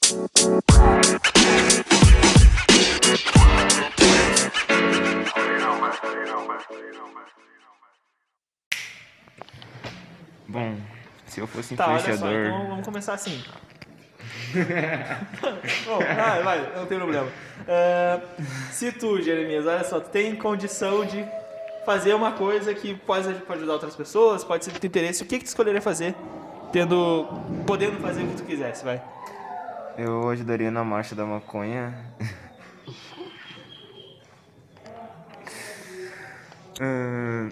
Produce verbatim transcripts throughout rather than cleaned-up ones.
Bom, se eu fosse Tá, olha só, influenciador... então vamos começar assim. Bom, vai, vai, não tem problema. É, se tu, Jeremias, olha só, tu tem condição de fazer uma coisa que pode, pode ajudar outras pessoas, pode ser do teu interesse, o que que tu escolheria fazer, tendo, podendo fazer o que tu quisesse, vai? Eu ajudaria na marcha da maconha. Ah,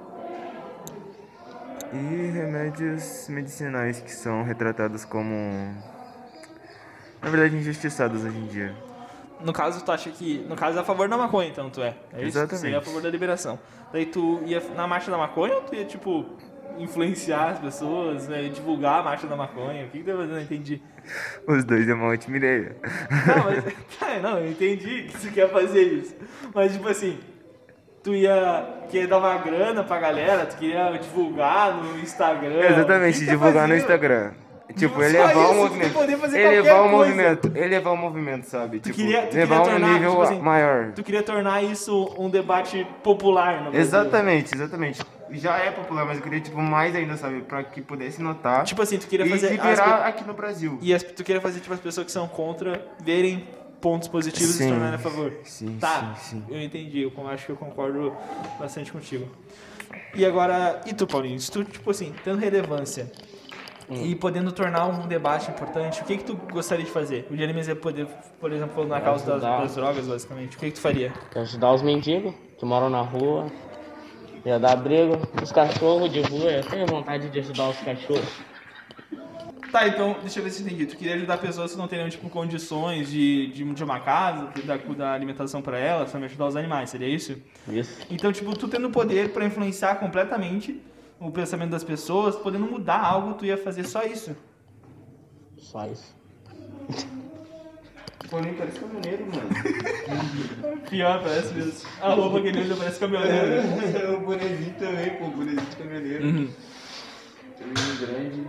e remédios medicinais que são retratados como, na verdade, injustiçados hoje em dia. No caso, tu acha que... No caso, é a favor da maconha, então, tu é? É isso? Exatamente. Tu seria a favor da liberação. Daí tu ia na marcha da maconha ou tu ia, tipo, influenciar as pessoas, né? Divulgar a marcha da maconha? O que que tu ia fazer? Não entendi. Os dois é uma ótima ideia. Não, mas... Tá, não, eu entendi que tu quer fazer isso. Mas, tipo assim... Tu ia querer dar uma grana pra galera, tu queria divulgar no Instagram. Exatamente, O que que tu ia divulgar no fazer? Instagram. Tipo, Só elevar isso, o tu movimento. poder fazer Elevar qualquer o coisa. movimento. Elevar o movimento, sabe? Tipo, queria- tu levar queria um tornar, nível tipo assim, maior. Tu queria tornar isso um debate popular no Brasil. Exatamente, exatamente. Já é popular, mas eu queria, tipo, mais ainda, sabe? Pra que pudesse notar. Tipo assim, tu queria e fazer... liberar as pe- aqui no Brasil. E as, tu queria fazer, tipo, as pessoas que são contra verem pontos positivos e se Sim, tornarem a favor. sim, Tá, sim, sim. eu entendi. Eu acho que eu concordo bastante contigo. E agora, e tu, Paulinho? Se tu, tipo assim, tendo relevância e podendo tornar um debate importante, o que que tu gostaria de fazer? O Jeremias ia poder, por exemplo, na causa das, Ajudar. das drogas, basicamente. O que que tu faria? Ajudar os mendigos que moram na rua. Ia dar abrigo. Os cachorros de rua, eu tenho vontade de ajudar os cachorros. Tá, então, deixa eu ver se eu entendi. Tu queria ajudar pessoas que não teriam, tipo, condições de, de, de uma casa, de dar, dar alimentação pra elas, também ajudar os animais, seria isso? Isso. Então, tipo, tu tendo poder pra influenciar completamente o pensamento das pessoas, podendo mudar algo, tu ia fazer só isso. Só isso. Pô, nem parece caminhoneiro, mano. Pior, parece mesmo. A roupa que ele usa parece caminhoneiro. O bonezinho também, pô, o bonezinho de caminhoneiro. Uhum. Caminho grande.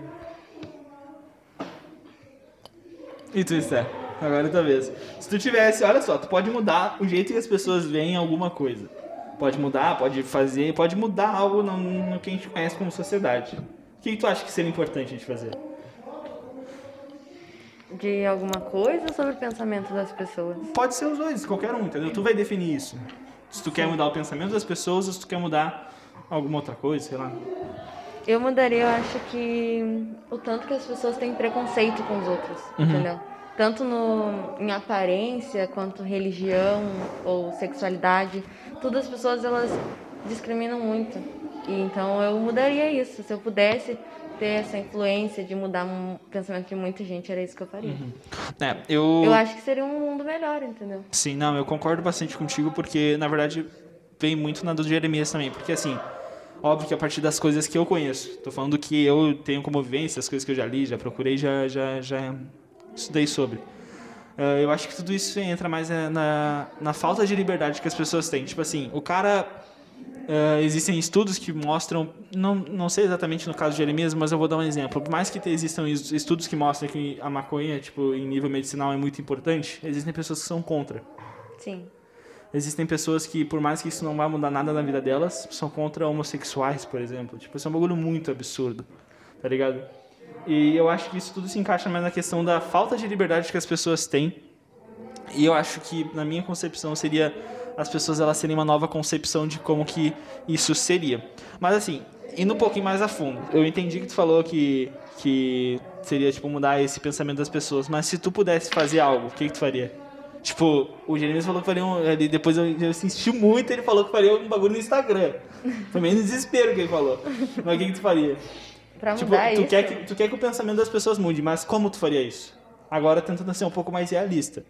E tu, Esther? Agora é tua vez. Se tu tivesse, olha só, tu pode mudar o jeito que as pessoas veem alguma coisa. Pode mudar, pode fazer, pode mudar algo no, no que a gente conhece como sociedade. O que, que tu acha que seria importante a gente fazer? De alguma coisa ou sobre o pensamento das pessoas? Pode ser os dois, qualquer um, entendeu? Tu vai definir isso. Se tu quer mudar o pensamento das pessoas ou se tu quer mudar alguma outra coisa, sei lá. Eu mudaria, eu acho que o tanto que as pessoas têm preconceito com os outros, entendeu? Tanto no, em aparência, quanto religião ou sexualidade. Tudo as pessoas, elas discriminam muito. E então eu mudaria isso. Se eu pudesse ter essa influência de mudar o pensamento de muita gente, era isso que eu faria. É, eu... Eu acho que seria um mundo melhor, entendeu? Sim, não, eu concordo bastante contigo, porque, na verdade, vem muito na do Jeremias também. Porque, assim, óbvio que a partir das coisas que eu conheço, tô falando que eu tenho como vivência, as coisas que eu já li, já procurei, já, já, já estudei sobre. Uh, eu acho que tudo isso entra mais é, na, na falta de liberdade que as pessoas têm. Tipo assim, o cara... Uh, existem estudos que mostram, não, não sei exatamente no caso de Jeremias, mas eu vou dar um exemplo. Por mais que te, existam estudos que mostram que a maconha, tipo, em nível medicinal é muito importante, existem pessoas que são contra. Sim. Existem pessoas que, por mais que isso não vá mudar nada na vida delas, são contra homossexuais, por exemplo. Tipo, isso é um bagulho muito absurdo, tá ligado? E eu acho que isso tudo se encaixa mais na questão da falta de liberdade que as pessoas têm. E eu acho que, na minha concepção, seria as pessoas elas terem uma nova concepção de como que isso seria. Mas assim, indo um pouquinho mais a fundo, eu entendi que tu falou que, que seria tipo mudar esse pensamento das pessoas, mas se tu pudesse fazer algo, o que, que tu faria? Tipo, o Jeremias falou que faria um... Ele, depois eu, eu insisti muito, ele falou que faria um bagulho no Instagram. Foi meio no desespero que ele falou. Mas o que, que tu faria? Pra Tipo, mudar tu isso... quer, que, tu quer que o pensamento das pessoas mude, mas como tu faria isso? Agora tentando ser um pouco mais realista.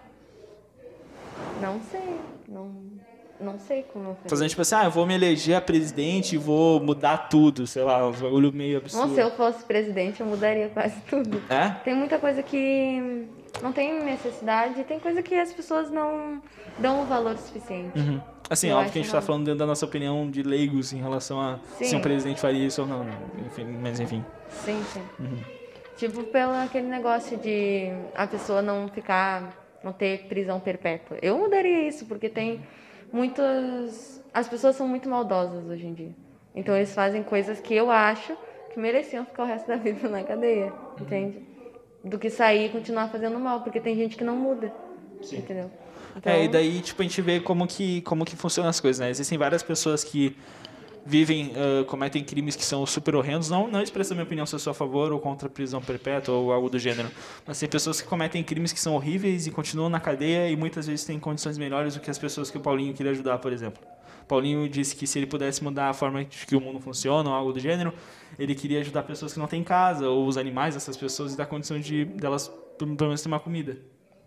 Não sei, não, não sei como eu faria. Fazendo tipo assim, ah, eu vou me eleger a presidente e vou mudar tudo, sei lá, um bagulho meio absurdo. Nossa, se eu fosse presidente, eu mudaria quase tudo. É? Tem muita coisa que não tem necessidade, tem coisa que as pessoas não dão o valor suficiente. Uhum. Assim, Eu óbvio acho que a gente não. tá falando dentro da nossa opinião de leigos em relação a Sim. se um presidente faria isso ou não, enfim, mas enfim. Sim, sim. Tipo, pelo aquele negócio de a pessoa não ficar, não ter prisão perpétua. Eu mudaria isso, porque tem muitas... As pessoas são muito maldosas hoje em dia. Então eles fazem coisas que eu acho que mereciam ficar o resto da vida na cadeia, entende? Do que sair e continuar fazendo mal, porque tem gente que não muda, Sim. entendeu? Então... É, e daí, tipo, a gente vê como que, como que funcionam as coisas, né? Existem várias pessoas que vivem, uh, cometem crimes que são super horrendos. Não, não expresso a minha opinião se eu sou a favor ou contra a prisão perpétua ou algo do gênero. Mas tem pessoas que cometem crimes que são horríveis e continuam na cadeia e muitas vezes têm condições melhores do que as pessoas que o Paulinho queria ajudar, por exemplo. Paulinho disse que se ele pudesse mudar a forma que o mundo funciona ou algo do gênero, ele queria ajudar pessoas que não têm casa ou os animais dessas pessoas e dar condição de delas pelo menos ter uma comida.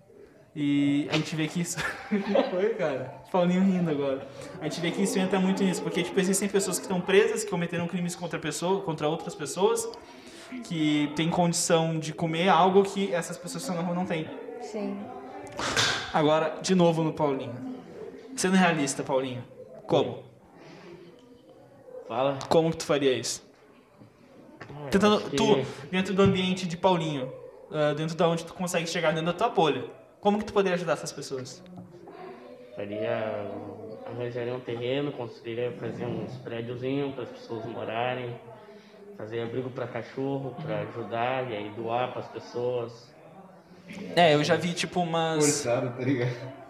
E a gente vê que isso... O que foi, cara? Paulinho rindo agora. A gente vê que isso entra muito nisso, porque tipo, existem pessoas que estão presas, que cometeram crimes contra, pessoa, contra outras pessoas, que têm condição de comer algo que essas pessoas que estão na rua não têm. Sim. Agora, de novo no Paulinho. Sendo realista, Paulinho. Como? Fala. Como que tu faria isso? Ah, Tentando, que... tu, dentro do ambiente de Paulinho, uh, dentro de onde tu consegue chegar dentro da tua bolha, como que tu poderia ajudar essas pessoas? Faria, arranjaria um terreno, construiria, fazer uns prédiozinhos para as pessoas morarem, fazer abrigo para cachorro, para ajudar e aí doar para as pessoas. É, eu já vi tipo umas... Forçado, tá ligado?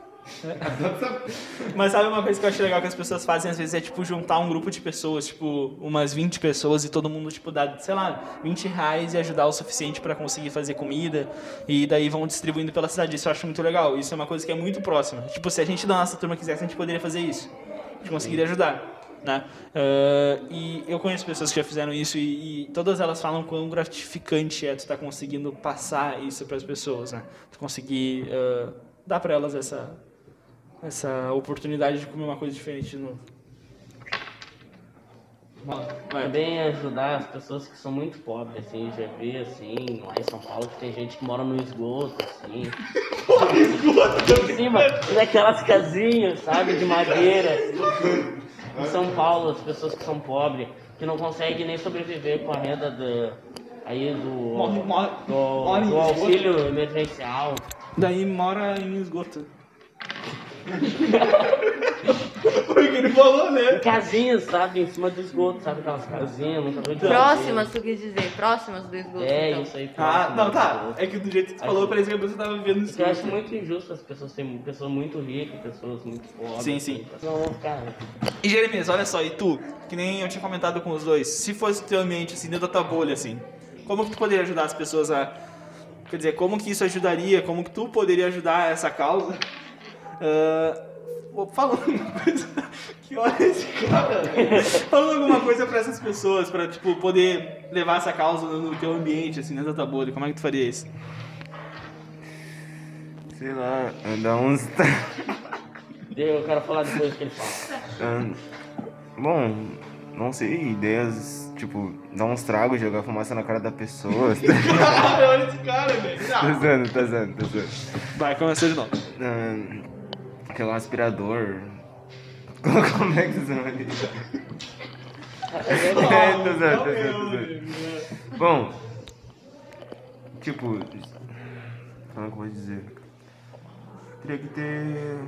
Mas sabe uma coisa que eu acho legal que as pessoas fazem às vezes é tipo juntar um grupo de pessoas, tipo umas vinte pessoas e todo mundo tipo dá, sei lá, vinte reais e ajudar o suficiente pra conseguir fazer comida e daí vão distribuindo pela cidade. Isso eu acho muito legal, isso é uma coisa que é muito próxima. Tipo, se a gente da nossa turma quisesse, a gente poderia fazer isso, a gente conseguiria ajudar, né? Uh, e eu conheço pessoas que já fizeram isso e, e todas elas falam quão gratificante é tu estar conseguindo passar isso pras pessoas, né? Tu conseguir uh, dar pra elas essa... essa oportunidade de comer uma coisa diferente de novo. Também ajudar as pessoas que são muito pobres, assim, já vi, assim, lá em São Paulo, que tem gente que mora no esgoto, assim. Em cima, naquelas casinhas, sabe, de madeira. Em São Paulo, as pessoas que são pobres, que não conseguem nem sobreviver com a renda do, aí do, do, do auxílio emergencial. Daí mora em esgoto. Foi o que ele falou, né? Casinhas, sabe? Em cima do esgoto, sabe? Aquelas casinhas, nunca vi. Próximas, tu quis dizer, próximas do esgoto. É, então. isso aí. Ah, não, tá. É que do jeito que tu falou, parece que a pessoa tava vivendo isso. Eu acho muito injusto as pessoas terem pessoas muito ricas, pessoas muito pobres. Sim, sim. Não vão ficar. E Jeremias, olha só, e tu? Que nem eu tinha comentado com os dois. Se fosse teu ambiente, assim, dentro da tua bolha, assim, como que tu poderia ajudar as pessoas a... Quer dizer, como que isso ajudaria? Como que tu poderia ajudar essa causa? Uh, falando alguma coisa que olha esse cara falando alguma coisa pra essas pessoas pra tipo, poder levar essa causa no teu ambiente, assim, dentro da tua bolha, como é que tu faria isso? Sei lá, dar uns... Eu quero falar depois que ele fala. Ah, bom, não sei, ideias, tipo, dar uns tragos, jogar fumaça na cara da pessoa. Olha esse cara, velho. Tá zoando, tá zoando, tá zoando. Vai, começou de novo. Ah, aquele aspirador. Como é que chama ali? É, tô zoando, tô zoando, tô zoando. Bom, tipo, como é que eu vou dizer? Teria que ter...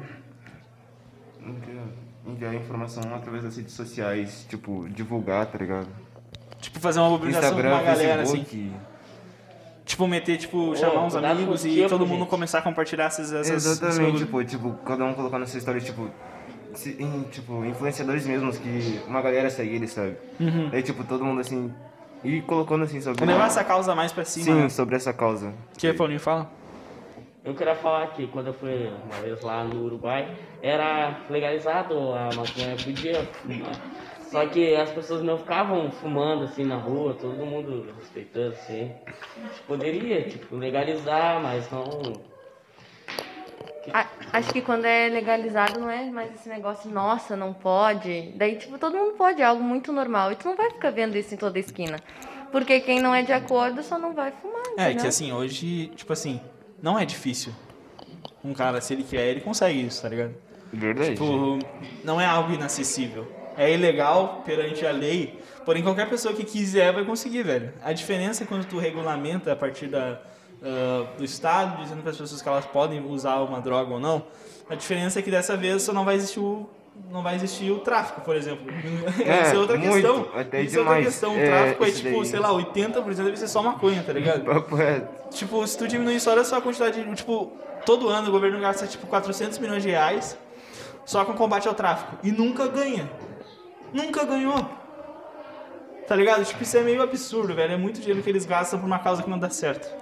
enviar informação através das redes sociais, tipo, divulgar, tá ligado? Tipo, fazer uma publicação com uma galera, Facebook. assim. Tipo, meter, tipo, chamar uns cuidado amigos com o e tipo, todo mundo gente. começar a compartilhar essas... essas Exatamente, essas- tipo, tipo, cada um colocar na sua história, tipo, se- em, tipo, influenciadores mesmos que uma galera segue eles, sabe? Uhum. Daí, tipo, todo mundo, assim, e colocando, assim, sobre... Levar essa causa mais pra cima, Sim, né? sobre essa causa. O que, Paulinho, fala? Eu queria falar que quando eu fui uma vez lá no Uruguai, era legalizado a maconha, podia fumar. Só que as pessoas não ficavam fumando assim na rua, todo mundo respeitando assim. Poderia, tipo, legalizar, mas não... A- Acho que quando é legalizado não é mais esse negócio, nossa, não pode. Daí, tipo, todo mundo pode, é algo muito normal. E tu não vai ficar vendo isso em toda esquina. Porque quem não é de acordo só não vai fumar, É, entendeu? que assim, hoje, tipo assim, não é difícil. Um cara, se ele quer, ele consegue isso, tá ligado? Verdade. Tipo, não é algo inacessível. é ilegal perante a lei, porém qualquer pessoa que quiser vai conseguir, velho. A diferença é quando tu regulamenta a partir da, uh, do Estado, dizendo para as pessoas que elas podem usar uma droga ou não, a diferença é que dessa vez só não vai existir o, não vai existir o tráfico, por exemplo. É, isso é outra muito, questão. até isso é outra demais. questão. O É, tráfico é, isso tipo, daí. sei lá, oitenta por cento deve ser só maconha, tá ligado? Papo reto. Tipo, se tu diminuir isso, olha só a quantidade de... Tipo, todo ano o governo gasta, tipo, quatrocentos milhões de reais só com combate ao tráfico. E nunca ganha. Nunca ganhou. Tá ligado? Tipo, isso é meio absurdo, velho. É muito dinheiro que eles gastam por uma causa que não dá certo.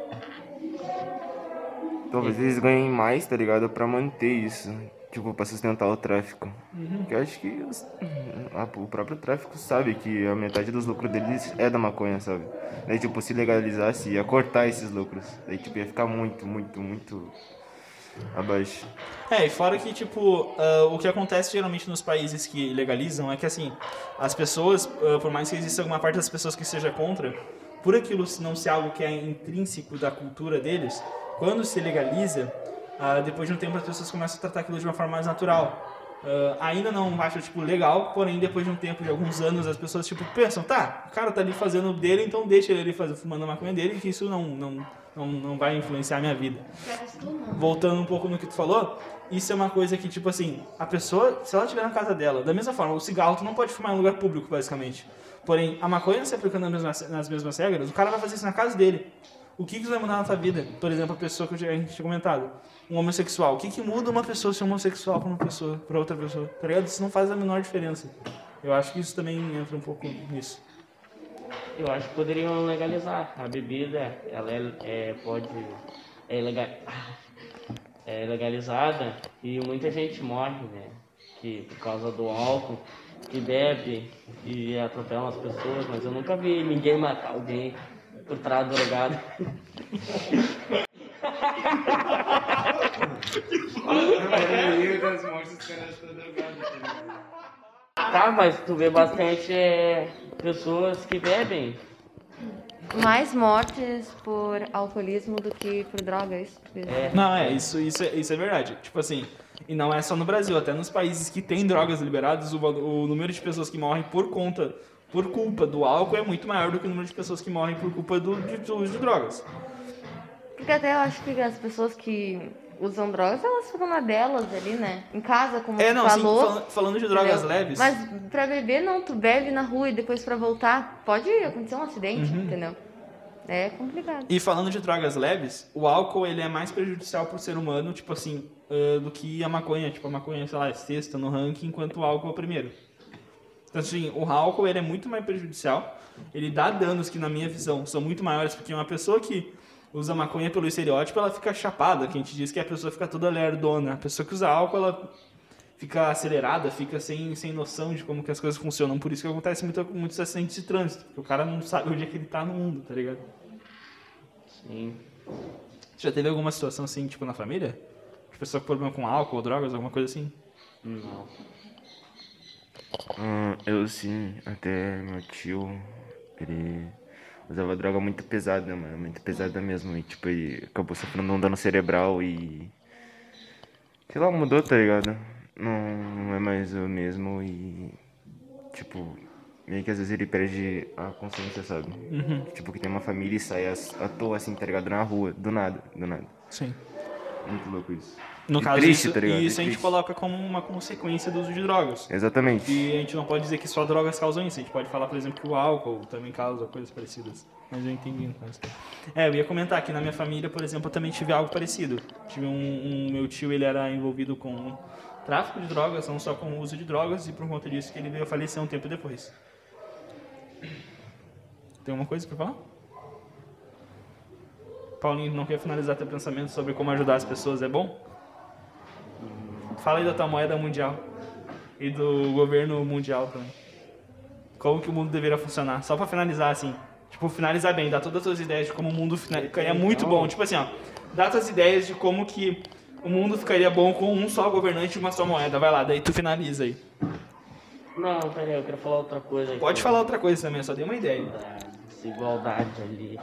Talvez eles ganhem mais, tá ligado? Pra manter isso. Tipo, pra sustentar o tráfico. Uhum. Porque eu acho que os- a- o próprio tráfico sabe que a metade dos lucros deles é da maconha, sabe? Daí, tipo, se legalizasse, ia cortar esses lucros. Daí, tipo, ia ficar muito, muito, muito abaixo. É, e fora que, tipo, ah, o que acontece geralmente nos países que legalizam é que, assim, as pessoas, ah, por mais que exista alguma parte das pessoas que seja contra, por aquilo não ser algo que é intrínseco da cultura deles, quando se legaliza, ah, depois de um tempo as pessoas começam a tratar aquilo de uma forma mais natural. Ah, ainda não acho, tipo, legal, porém, depois de um tempo, de alguns anos, as pessoas, tipo, pensam, tá, o cara tá ali fazendo o dele, então deixa ele ali fazer, fumando a maconha dele, que isso não, não, não, não vai influenciar a minha vida. Voltando um pouco no que tu falou, isso é uma coisa que, tipo assim, a pessoa, se ela estiver na casa dela, da mesma forma, o cigarro tu não pode fumar em um lugar público, basicamente. Porém, a maconha se aplicando nas mesmas, nas mesmas regras, o cara vai fazer isso na casa dele. O que que isso vai mudar na tua vida? Por exemplo, a pessoa que eu já- a gente tinha comentado, um homossexual. O que que muda uma pessoa ser homossexual para uma pessoa, para outra pessoa? Tá ligado? Isso não faz a menor diferença. Eu acho que isso também entra um pouco nisso. Eu acho que poderiam legalizar a bebida, ela é, é pode é, legal, é legalizada e muita gente morre, né? Que por causa do álcool, que bebe e atropela as pessoas, mas eu nunca vi ninguém matar alguém por estar drogado. Tá, mas tu vê bastante é, pessoas que bebem. Mais mortes por alcoolismo do que por drogas. É, Não, é, isso, isso, é, isso é verdade. Tipo assim, e não é só no Brasil, até nos países que têm drogas liberadas, o, valo- o número de pessoas que morrem por conta, por culpa do álcool é muito maior do que o número de pessoas que morrem por culpa do, de, do uso de drogas. Porque até eu acho que as pessoas que usam drogas, elas ficam na delas ali, né? Em casa, como É, tu não, assim, falou. fal- falando de drogas entendeu? leves... Mas pra beber, não. Tu bebe na rua e depois pra voltar, pode acontecer um acidente, Uhum. entendeu? É complicado. E falando de drogas leves, o álcool ele é mais prejudicial pro ser humano, tipo assim, ah, do que a maconha. Tipo, a maconha, sei lá, é sexta no ranking, enquanto o álcool é o primeiro. Então, assim, o álcool ele é muito mais prejudicial. Ele dá danos que, na minha visão, são muito maiores, porque uma pessoa que usa maconha pelo estereótipo, ela fica chapada, que a gente diz que a pessoa fica toda lerdona. A pessoa que usa álcool, ela fica acelerada, fica sem, sem noção de como que as coisas funcionam. Por isso que acontece muito, muitos acidentes de trânsito, porque o cara não sabe onde é que ele tá no mundo, tá ligado? sim. Você já teve alguma situação assim, tipo, na família? De pessoa com problema com álcool, drogas, alguma coisa assim? Não. Hum, eu sim, até meu tio, ele usava droga muito pesada, mano, muito pesada mesmo. E tipo, ele acabou sofrendo um dano cerebral e. Sei lá, mudou, tá ligado? Não, não é mais o mesmo e. Tipo, meio que às vezes ele perde a consciência, sabe? Tipo, que tem uma família e sai as- à toa assim, tá ligado? Na rua, do nada, do nada. Sim. Muito louco isso. No E caso, triste, isso, tá ligado? e E isso a gente triste. coloca como uma consequência do uso de drogas. Exatamente. E a gente não pode dizer que só drogas causam isso. A gente pode falar, por exemplo, que o álcool também causa coisas parecidas. Mas eu entendi. Então. É, eu ia comentar que na minha família, por exemplo, eu também tive algo parecido. Tive um, um meu tio, ele era envolvido com tráfico de drogas, não só com o uso de drogas, e por conta disso que ele veio a falecer um tempo depois. Tem alguma coisa pra falar? Paulinho, não quer finalizar teu pensamento sobre como ajudar as pessoas, é bom? Fala aí da tua moeda mundial e do governo mundial também. Como que o mundo deveria funcionar? Só pra finalizar, assim. Tipo, finalizar bem, dar todas as tuas ideias de como o mundo ficaria muito bom. Tipo assim, ó. Dá tuas ideias de como que o mundo ficaria bom com um só governante e uma só moeda. Vai lá, daí tu finaliza aí. Não, peraí, eu quero falar outra coisa aqui. Pode falar outra coisa também, eu só dei uma ideia. Da desigualdade ali.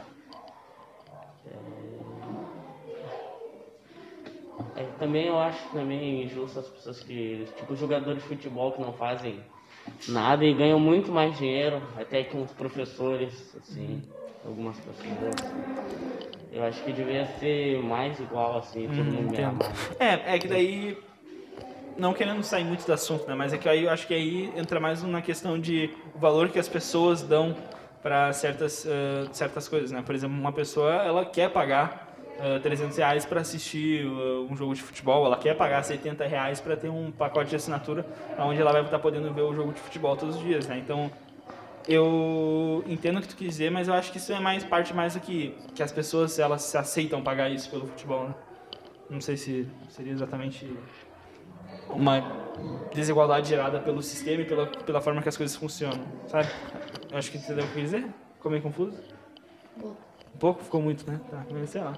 É, é, também eu acho também injusto as pessoas que, tipo, jogadores de futebol que não fazem nada e ganham muito mais dinheiro, até que uns professores, assim, algumas pessoas. Assim. Eu acho que devia ser mais igual, assim, todo mundo ganhar Entendo. mais. É, é que daí, não querendo sair muito do assunto, né? Mas é que aí eu acho que aí entra mais na questão de o valor que as pessoas dão para certas, uh, certas coisas, né? Por exemplo, uma pessoa, ela quer pagar uh, trezentos reais para assistir uh, um jogo de futebol, ela quer pagar setenta reais para ter um pacote de assinatura onde ela vai estar podendo ver o jogo de futebol todos os dias, né? Então, eu entendo o que tu quis dizer, mas eu acho que isso é mais parte mais do que, que as pessoas, elas se aceitam pagar isso pelo futebol, né? Não sei se seria exatamente uma desigualdade gerada pelo sistema e pela, pela forma que as coisas funcionam, sabe? Eu acho que entendeu o que eu quis dizer? Ficou meio confuso? Pouco. Um pouco? Ficou muito, né? Tá, mas sei lá.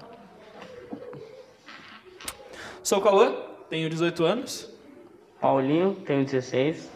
Sou o Cauã, tenho dezoito anos. Paulinho, tenho dezesseis.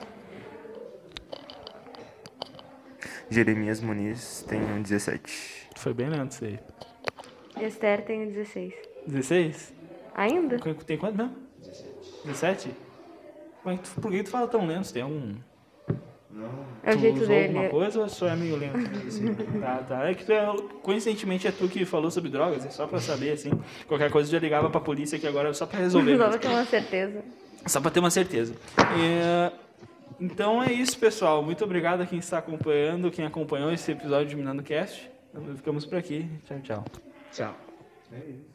Jeremias Muniz, tenho dezessete. Foi bem lento isso aí. Esther tem dezesseis. dezesseis? Ainda? Tem quanto mesmo? dezessete? Como é que tu, por que tu fala tão lento? Tem algum... É o Tu jeito usou dele. alguma coisa ou só é meio lento? Assim? Tá, tá. É que tu é, coincidentemente é tu que falou sobre drogas, é só pra saber, assim. Qualquer coisa eu já ligava pra polícia aqui agora, só pra resolver. Só mesmo. pra ter uma certeza. Só pra ter uma certeza. É, então é isso, pessoal. Muito obrigado a quem está acompanhando, quem acompanhou esse episódio de Minando Cast. Ficamos por aqui. Tchau, tchau. Tchau. É isso.